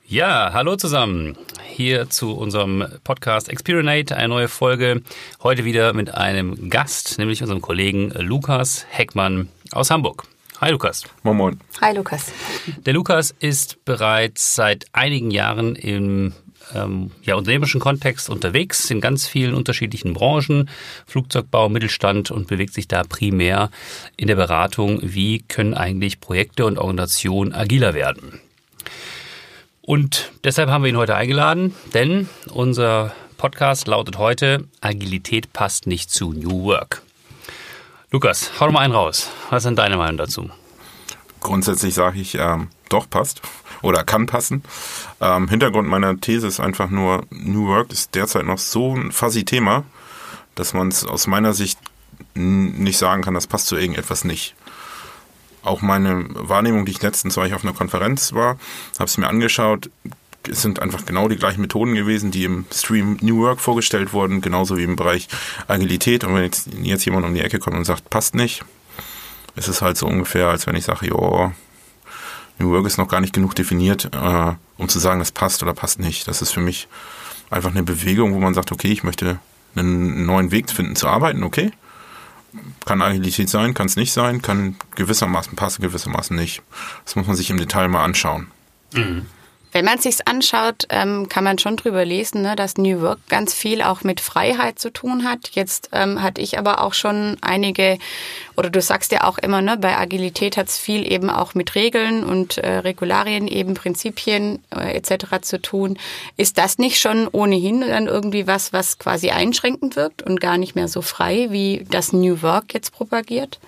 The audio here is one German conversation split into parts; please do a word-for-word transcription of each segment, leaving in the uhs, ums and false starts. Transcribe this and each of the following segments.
Ja, hallo zusammen. Hier zu unserem Podcast Experinate, eine neue Folge. Heute wieder mit einem Gast, nämlich unserem Kollegen Lukas Heckmann aus Hamburg. Hi Lukas. Moin Moin. Hi Lukas. Der Lukas ist bereits seit einigen Jahren im ähm, ja, unternehmerischen Kontext unterwegs, in ganz vielen unterschiedlichen Branchen, Flugzeugbau, Mittelstand, und bewegt sich da primär in der Beratung, wie können eigentlich Projekte und Organisationen agiler werden. Und deshalb haben wir ihn heute eingeladen, denn unser Podcast lautet heute: Agilität passt nicht zu New Work. Lukas, hau doch mal einen raus. Was ist denn deine Meinung dazu? Grundsätzlich sage ich, ähm, doch, passt oder kann passen. Ähm, Hintergrund meiner These ist einfach nur, New Work ist derzeit noch so ein fuzzy Thema, dass man es aus meiner Sicht n- nicht sagen kann, das passt zu irgendetwas nicht. Auch meine Wahrnehmung, die ich letztens, weil ich auf einer Konferenz war, habe es mir angeschaut, es sind einfach genau die gleichen Methoden gewesen, die im Stream New Work vorgestellt wurden, genauso wie im Bereich Agilität. Und wenn jetzt, jetzt jemand um die Ecke kommt und sagt, passt nicht, ist es halt so ungefähr, als wenn ich sage, jo, New Work ist noch gar nicht genug definiert, äh, um zu sagen, das passt oder passt nicht. Das ist für mich einfach eine Bewegung, wo man sagt, okay, ich möchte einen neuen Weg finden zu arbeiten, okay. Kann Agilität sein, kann es nicht sein, kann gewissermaßen passen, gewissermaßen nicht. Das muss man sich im Detail mal anschauen. Mhm. Wenn man es sich anschaut, ähm, kann man schon drüber lesen, ne, dass New Work ganz viel auch mit Freiheit zu tun hat. Jetzt ähm, hatte ich aber auch schon einige, oder du sagst ja auch immer, ne, bei Agilität hat es viel eben auch mit Regeln und äh, Regularien, eben Prinzipien äh, et cetera zu tun. Ist das nicht schon ohnehin dann irgendwie was, was quasi einschränkend wirkt und gar nicht mehr so frei, wie das New Work jetzt propagiert?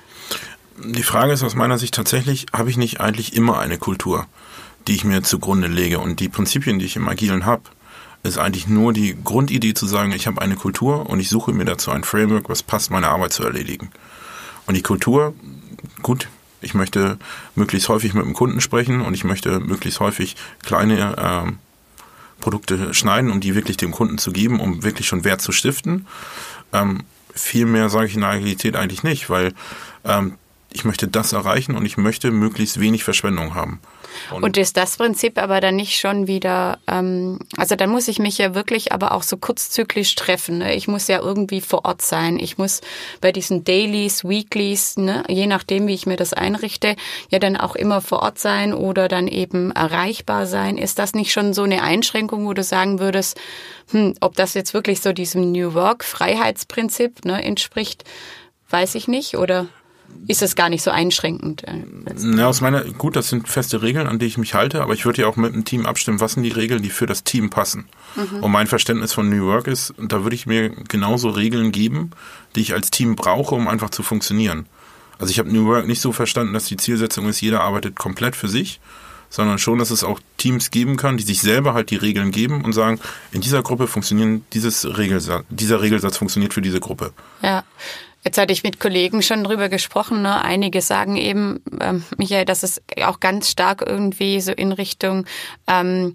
Die Frage ist aus meiner Sicht tatsächlich, habe ich nicht eigentlich immer eine Kultur, die ich mir zugrunde lege? Und die Prinzipien, die ich im Agilen habe, ist eigentlich nur die Grundidee zu sagen, ich habe eine Kultur und ich suche mir dazu ein Framework, was passt, meine Arbeit zu erledigen. Und die Kultur, gut, ich möchte möglichst häufig mit dem Kunden sprechen und ich möchte möglichst häufig kleine ähm, Produkte schneiden, um die wirklich dem Kunden zu geben, um wirklich schon Wert zu stiften. Ähm, viel mehr sage ich in der Agilität eigentlich nicht, weil ähm, ich möchte das erreichen und ich möchte möglichst wenig Verschwendung haben. Und, und ist das Prinzip aber dann nicht schon wieder, ähm, also dann muss ich mich ja wirklich aber auch so kurzzyklisch treffen. Ne? Ich muss ja irgendwie vor Ort sein. Ich muss bei diesen Dailies, Weeklies, ne, je nachdem, wie ich mir das einrichte, ja dann auch immer vor Ort sein oder dann eben erreichbar sein. Ist das nicht schon so eine Einschränkung, wo du sagen würdest, hm, ob das jetzt wirklich so diesem New Work Freiheitsprinzip, ne, entspricht, weiß ich nicht, oder ist das gar nicht so einschränkend? Ja, aus meiner, gut, das sind feste Regeln, an die ich mich halte, aber ich würde ja auch mit dem Team abstimmen, was sind die Regeln, die für das Team passen. Mhm. Und mein Verständnis von New Work ist, da würde ich mir genauso Regeln geben, die ich als Team brauche, um einfach zu funktionieren. Also ich habe New Work nicht so verstanden, dass die Zielsetzung ist, jeder arbeitet komplett für sich, sondern schon, dass es auch Teams geben kann, die sich selber halt die Regeln geben und sagen, in dieser Gruppe funktionieren dieses Regelsatz, dieser Regelsatz funktioniert für diese Gruppe. Ja. Jetzt hatte ich mit Kollegen schon drüber gesprochen, ne? Einige sagen eben, ähm, Michael, dass es auch ganz stark irgendwie so in Richtung ähm,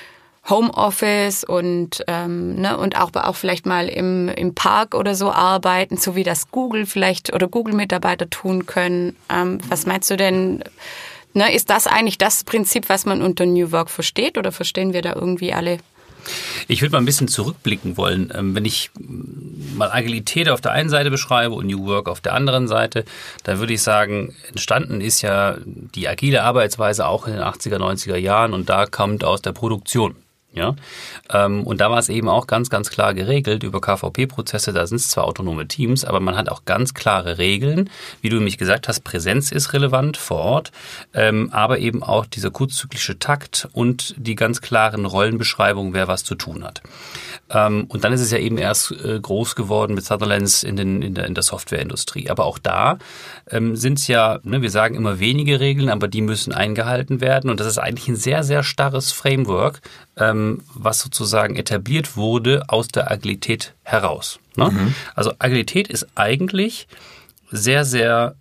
Homeoffice und ähm, ne, und auch auch vielleicht mal im im Park oder so arbeiten, so wie das Google vielleicht oder Google-Mitarbeiter tun können. Ähm, was meinst du denn? Ne, ist das eigentlich das Prinzip, was man unter New Work versteht, oder verstehen wir da irgendwie alle? Ich würde mal ein bisschen zurückblicken wollen. Wenn ich mal Agilität auf der einen Seite beschreibe und New Work auf der anderen Seite, da würde ich sagen, entstanden ist ja die agile Arbeitsweise auch in den achtziger, neunziger Jahren, und da kommt aus der Produktion. Ja, und da war es eben auch ganz, ganz klar geregelt über K V P-Prozesse. Da sind es zwar autonome Teams, aber man hat auch ganz klare Regeln. Wie du nämlich gesagt hast, Präsenz ist relevant vor Ort, aber eben auch dieser kurzzyklische Takt und die ganz klaren Rollenbeschreibungen, wer was zu tun hat. Und dann ist es ja eben erst groß geworden mit Sutherlands in, den, in, der, in der Softwareindustrie. Aber auch da sind es ja, ne, wir sagen immer wenige Regeln, aber die müssen eingehalten werden. Und das ist eigentlich ein sehr, sehr starres Framework, was sozusagen etabliert wurde aus der Agilität heraus. Ne? Mhm. Also Agilität ist eigentlich sehr, sehr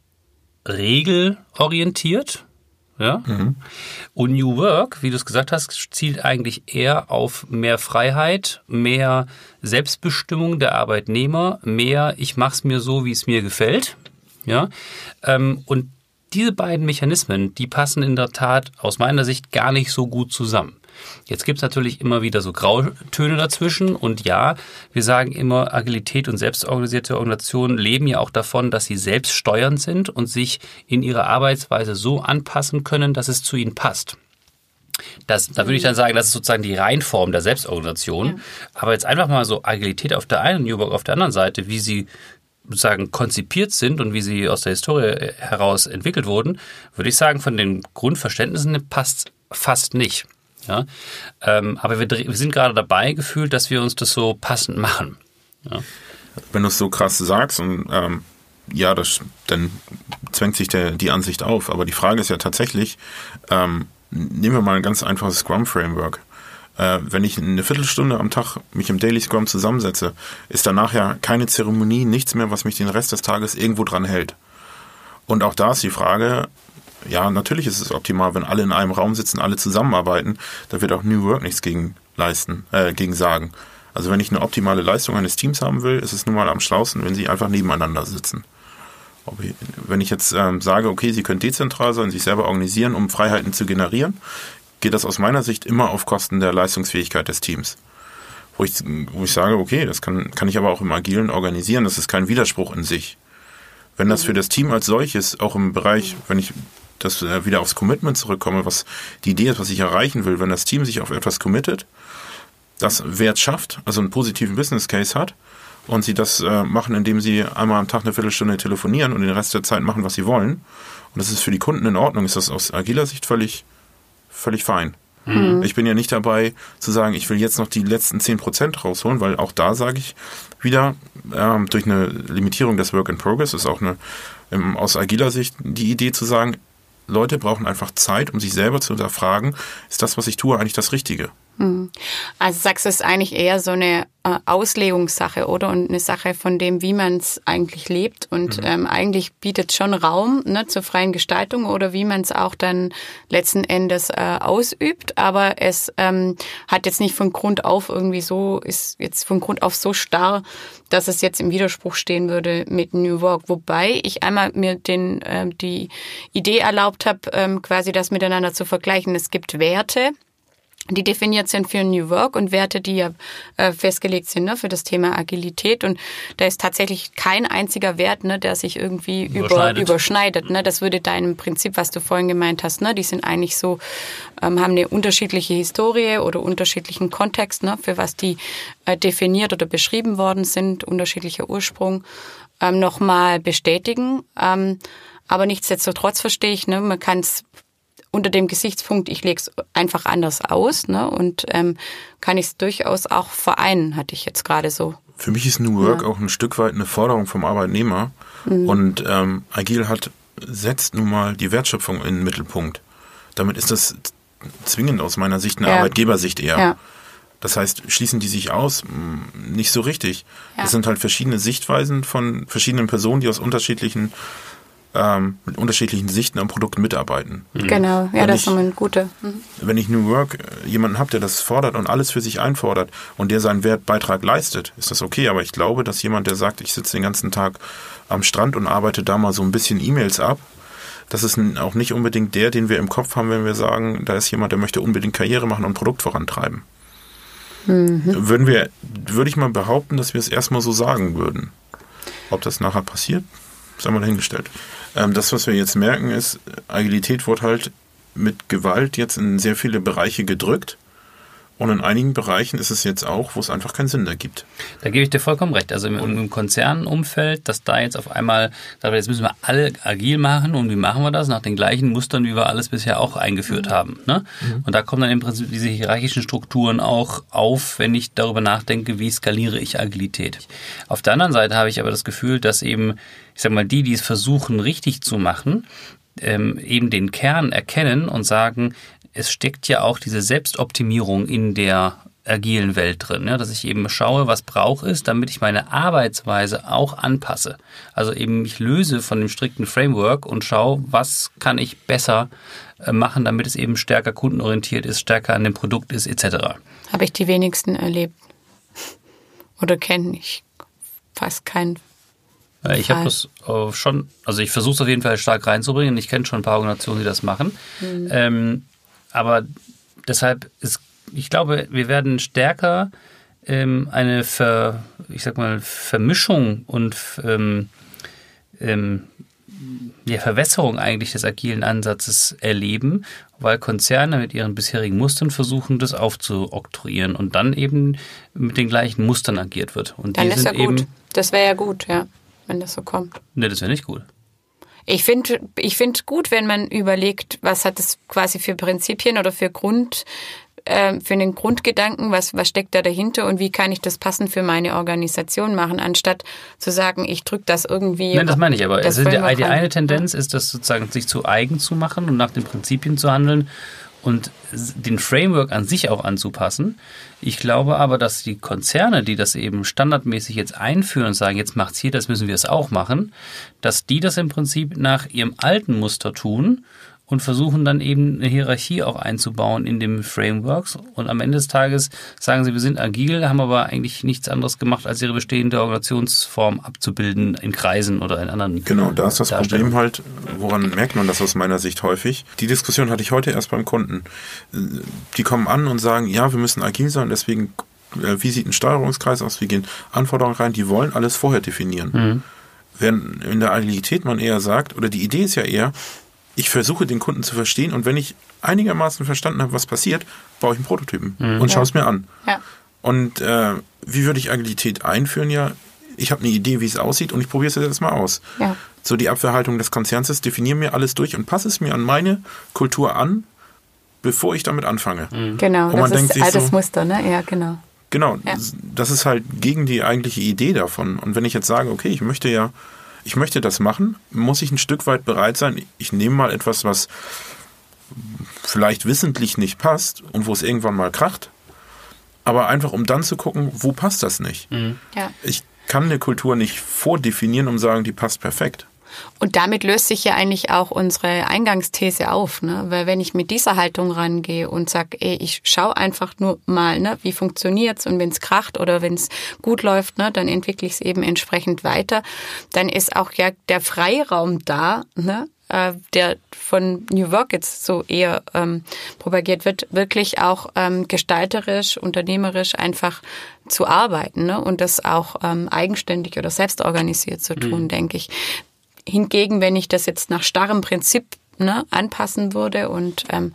regelorientiert. Ja? Mhm. Und New Work, wie du es gesagt hast, zielt eigentlich eher auf mehr Freiheit, mehr Selbstbestimmung der Arbeitnehmer, mehr ich mache es mir so, wie es mir gefällt. Ja? Und diese beiden Mechanismen, die passen in der Tat aus meiner Sicht gar nicht so gut zusammen. Jetzt gibt es natürlich immer wieder so Grautöne dazwischen und ja, wir sagen immer, Agilität und selbstorganisierte Organisationen leben ja auch davon, dass sie selbststeuernd sind und sich in ihrer Arbeitsweise so anpassen können, dass es zu ihnen passt. Das, da würde ich dann sagen, das ist sozusagen die Reinform der Selbstorganisation. Ja. Aber jetzt einfach mal so Agilität auf der einen und New Work auf der anderen Seite, wie sie sozusagen konzipiert sind und wie sie aus der Historie heraus entwickelt wurden, würde ich sagen, von den Grundverständnissen passt fast nicht. Ja? Ähm, aber wir, wir sind gerade dabei gefühlt, dass wir uns das so passend machen. Ja? Wenn du es so krass sagst und ähm, ja, das, dann zwängt sich der, die Ansicht auf. Aber die Frage ist ja tatsächlich, ähm, nehmen wir mal ein ganz einfaches Scrum-Framework. Äh, wenn ich eine Viertelstunde am Tag mich im Daily Scrum zusammensetze, ist danach ja keine Zeremonie, nichts mehr, was mich den Rest des Tages irgendwo dran hält. Und auch da ist die Frage, ja, natürlich ist es optimal, wenn alle in einem Raum sitzen, alle zusammenarbeiten, da wird auch New Work nichts gegen leisten, äh, gegen sagen. Also wenn ich eine optimale Leistung eines Teams haben will, ist es nun mal am schlausten, wenn sie einfach nebeneinander sitzen. Wenn ich jetzt ähm, sage, okay, Sie können dezentral sein, sich selber organisieren, um Freiheiten zu generieren, geht das aus meiner Sicht immer auf Kosten der Leistungsfähigkeit des Teams. Wo ich, wo ich sage, okay, das kann, kann ich aber auch im Agilen organisieren, das ist kein Widerspruch in sich. Wenn das für das Team als solches, auch im Bereich, wenn ich das äh, wieder aufs Commitment zurückkomme, was die Idee ist, was ich erreichen will, wenn das Team sich auf etwas committet, das Wert schafft, also einen positiven Business Case hat, und sie das äh, machen, indem sie einmal am Tag eine Viertelstunde telefonieren und den Rest der Zeit machen, was sie wollen. Und das ist für die Kunden in Ordnung, ist das aus agiler Sicht völlig, völlig fein. Mhm. Ich bin ja nicht dabei zu sagen, ich will jetzt noch die letzten zehn Prozent rausholen, weil auch da sage ich wieder, äh, durch eine Limitierung des Work in Progress ist auch eine ähm, aus agiler Sicht die Idee zu sagen, Leute brauchen einfach Zeit, um sich selber zu hinterfragen, ist das, was ich tue, eigentlich das Richtige? Also sagst du, es ist eigentlich eher so eine äh, Auslegungssache, oder? Und eine Sache von dem, wie man es eigentlich lebt. Und mhm. ähm, eigentlich bietet schon Raum, ne, zur freien Gestaltung oder wie man es auch dann letzten Endes äh, ausübt. Aber es ähm, hat jetzt nicht von Grund auf irgendwie so, ist jetzt von Grund auf so starr, dass es jetzt im Widerspruch stehen würde mit New Work. Wobei ich einmal mir den äh, die Idee erlaubt habe, ähm, quasi das miteinander zu vergleichen. Es gibt Werte, die definiert sind für New Work und Werte, die ja äh, festgelegt sind, ne, für das Thema Agilität. Und da ist tatsächlich kein einziger Wert, ne, der sich irgendwie überschneidet. Über, überschneidet. Ne. Das würde deinem Prinzip, was du vorhin gemeint hast, ne, die sind eigentlich so, ähm, haben eine unterschiedliche Historie oder unterschiedlichen Kontext, ne, für was die äh, definiert oder beschrieben worden sind, unterschiedlicher Ursprung, ähm, nochmal bestätigen. Ähm, aber nichtsdestotrotz verstehe ich, ne, man kann es unter dem Gesichtspunkt, ich lege es einfach anders aus, ne, und ähm, kann ich es durchaus auch vereinen, hatte ich jetzt gerade so. Für mich ist New Work ja. auch ein Stück weit eine Forderung vom Arbeitnehmer. Mhm. Und ähm, Agil hat, setzt nun mal die Wertschöpfung in den Mittelpunkt. Damit ist das zwingend aus meiner Sicht eine ja. Arbeitgebersicht eher. Ja. Das heißt, schließen die sich aus? Nicht so richtig. Ja. Das sind halt verschiedene Sichtweisen von verschiedenen Personen, die aus unterschiedlichen Ähm, mit unterschiedlichen Sichten am Produkt mitarbeiten. Genau, ja, wenn das ich, ist nochmal ein guter. Mhm. Wenn ich New Work jemanden habe, der das fordert und alles für sich einfordert und der seinen Wertbeitrag leistet, ist das okay. Aber ich glaube, dass jemand, der sagt, ich sitze den ganzen Tag am Strand und arbeite da mal so ein bisschen E-Mails ab, das ist auch nicht unbedingt der, den wir im Kopf haben, wenn wir sagen, da ist jemand, der möchte unbedingt Karriere machen und ein Produkt vorantreiben. Mhm. Würden wir, würde ich mal behaupten, dass wir es erstmal so sagen würden. Ob das nachher passiert, ist einmal dahingestellt. Ähm, das, was wir jetzt merken, ist, Agilität wird halt mit Gewalt jetzt in sehr viele Bereiche gedrückt. Und in einigen Bereichen ist es jetzt auch, wo es einfach keinen Sinn ergibt. Da gebe ich dir vollkommen recht. Also im, im Konzernumfeld, dass da jetzt auf einmal, jetzt müssen wir alle agil machen. Und wie machen wir das? Nach den gleichen Mustern, wie wir alles bisher auch eingeführt haben. Ne? Mhm. Und da kommen dann im Prinzip diese hierarchischen Strukturen auch auf, wenn ich darüber nachdenke, wie skaliere ich Agilität. Auf der anderen Seite habe ich aber das Gefühl, dass eben, ich sag mal, die, die es versuchen, richtig zu machen, ähm, eben den Kern erkennen und sagen, es steckt ja auch diese Selbstoptimierung in der agilen Welt drin, ja, dass ich eben schaue, was brauche ich, damit ich meine Arbeitsweise auch anpasse. Also eben ich löse von dem strikten Framework und schaue, was kann ich besser machen, damit es eben stärker kundenorientiert ist, stärker an dem Produkt ist, et cetera. Habe ich die wenigsten erlebt oder kenne ich fast keinen. Ich habe das schon, also ich versuche es auf jeden Fall stark reinzubringen. Ich kenne schon ein paar Organisationen, die das machen. Mhm. Ähm, aber deshalb, es ich glaube, wir werden stärker ähm, eine Ver, ich sag mal, Vermischung und ähm, ähm, ja, Verwässerung eigentlich des agilen Ansatzes erleben, weil Konzerne mit ihren bisherigen Mustern versuchen, das aufzuoktroyieren und dann eben mit den gleichen Mustern agiert wird. Und dann die ist sind ja gut. Eben, das wäre ja gut, ja, wenn das so kommt. Ne, das wäre nicht gut. Ich finde ich finde gut, wenn man überlegt, was hat das quasi für Prinzipien oder für Grund, äh, für einen Grundgedanken, was, was steckt da dahinter und wie kann ich das passend für meine Organisation machen, anstatt zu sagen, ich drücke das irgendwie. Nein, das meine ich aber. Das Also die, Framework die rein. eine Tendenz ist, das sozusagen sich zu eigen zu machen und nach den Prinzipien zu handeln und den Framework an sich auch anzupassen. Ich glaube aber, dass die Konzerne, die das eben standardmäßig jetzt einführen und sagen, jetzt macht's hier, das müssen wir es auch machen, dass die das im Prinzip nach ihrem alten Muster tun und versuchen dann eben eine Hierarchie auch einzubauen in dem Frameworks. Und am Ende des Tages sagen sie, wir sind agil, haben aber eigentlich nichts anderes gemacht, als ihre bestehende Organisationsform abzubilden in Kreisen oder in anderen. Genau, da ist das Problem halt, woran merkt man das aus meiner Sicht häufig? Die Diskussion hatte ich heute erst beim Kunden. Die kommen an und sagen, ja, wir müssen agil sein, deswegen, wie sieht ein Steuerungskreis aus, wie gehen Anforderungen rein, die wollen alles vorher definieren. Mhm. Während in der Agilität man eher sagt, oder die Idee ist ja eher, ich versuche den Kunden zu verstehen und wenn ich einigermaßen verstanden habe, was passiert, baue ich einen Prototypen mhm. und schaue es mir an. Ja. Und äh, wie würde ich Agilität einführen? Ja, ich habe eine Idee, wie es aussieht und ich probiere es jetzt erstmal aus. Ja. So die Abwehrhaltung des Konzerns ist, definiere mir alles durch und passe es mir an meine Kultur an, bevor ich damit anfange. Mhm. Genau, und man das denkt ist altes so, Muster, ne? Ja, genau. Genau, ja. das ist halt gegen die eigentliche Idee davon. Und wenn ich jetzt sage, okay, ich möchte ja Ich möchte das machen, muss ich ein Stück weit bereit sein. Ich nehme mal etwas, was vielleicht wissentlich nicht passt und wo es irgendwann mal kracht, aber einfach um dann zu gucken, wo passt das nicht. Mhm. Ja. Ich kann eine Kultur nicht vordefinieren und sagen, die passt perfekt. Und damit löst sich ja eigentlich auch unsere Eingangsthese auf, ne? Weil wenn ich mit dieser Haltung rangehe und sage, ey, ich schaue einfach nur mal, ne, wie funktioniert's und wenn es kracht oder wenn es gut läuft, ne, dann entwickle ich es eben entsprechend weiter, dann ist auch ja der Freiraum da, ne, äh, der von New Work jetzt so eher ähm, propagiert wird, wirklich auch ähm, gestalterisch, unternehmerisch einfach zu arbeiten, ne, und das auch ähm, eigenständig oder selbstorganisiert zu tun, mhm. denke ich. Hingegen, wenn ich das jetzt nach starrem Prinzip, ne, anpassen würde und ähm,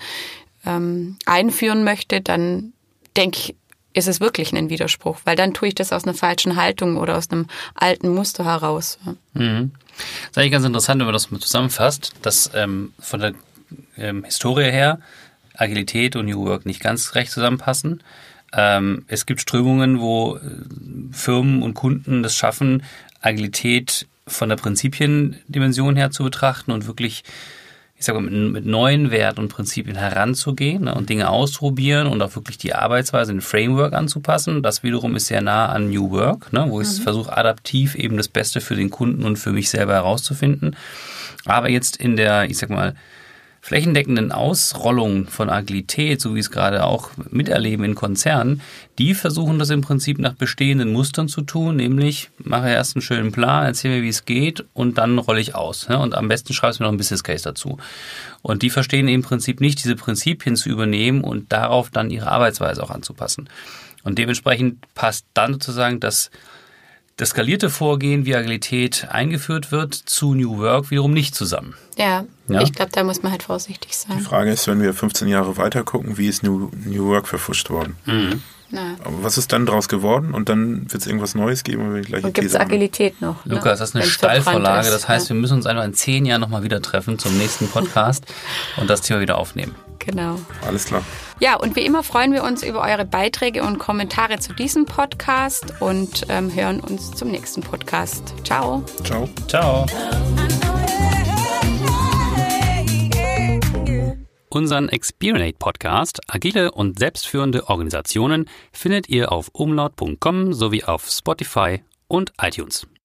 ähm, einführen möchte, dann denke ich, ist es wirklich ein Widerspruch, weil dann tue ich das aus einer falschen Haltung oder aus einem alten Muster heraus. Mhm. Das ist eigentlich ganz interessant, wenn man das mal zusammenfasst, dass ähm, von der ähm, Historie her Agilität und New Work nicht ganz recht zusammenpassen. Ähm, es gibt Strömungen, wo äh, Firmen und Kunden das schaffen, Agilität von der Prinzipiendimension her zu betrachten und wirklich, ich sage mal, mit, mit neuen Werten und Prinzipien heranzugehen, ne, und Dinge auszuprobieren und auch wirklich die Arbeitsweise, den Framework anzupassen. Das wiederum ist sehr nah an New Work, ne, wo ich mhm. versuche, adaptiv eben das Beste für den Kunden und für mich selber herauszufinden. Aber jetzt in der, ich sag mal, flächendeckenden Ausrollung von Agilität, so wie es gerade auch miterleben in Konzernen, die versuchen das im Prinzip nach bestehenden Mustern zu tun, nämlich mache erst einen schönen Plan, erzähl mir, wie es geht und dann rolle ich aus. Und am besten schreibst du mir noch einen Business Case dazu. Und die verstehen im Prinzip nicht, diese Prinzipien zu übernehmen und darauf dann ihre Arbeitsweise auch anzupassen. Und dementsprechend passt dann sozusagen das das skalierte Vorgehen, wie Agilität eingeführt wird, zu New Work wiederum nicht zusammen. Ja, ja? Ich glaube, da muss man halt vorsichtig sein. Die Frage ist, wenn wir fünfzehn Jahre weiter gucken, wie ist New, New Work verfuscht worden? Mhm. Ja. Aber was ist dann draus geworden? Und dann wird es irgendwas Neues geben? Und, und gibt es Agilität noch? Ne? Lukas, das ist eine Wenn's Steilvorlage. Das heißt, ja. wir müssen uns einfach in zehn Jahren nochmal wieder treffen zum nächsten Podcast und das Thema wieder aufnehmen. Genau. Alles klar. Ja, und wie immer freuen wir uns über eure Beiträge und Kommentare zu diesem Podcast und ähm, hören uns zum nächsten Podcast. Ciao. Ciao. Ciao. Unseren Experinate-Podcast Agile und selbstführende Organisationen findet ihr auf umlaut punkt com sowie auf Spotify und iTunes.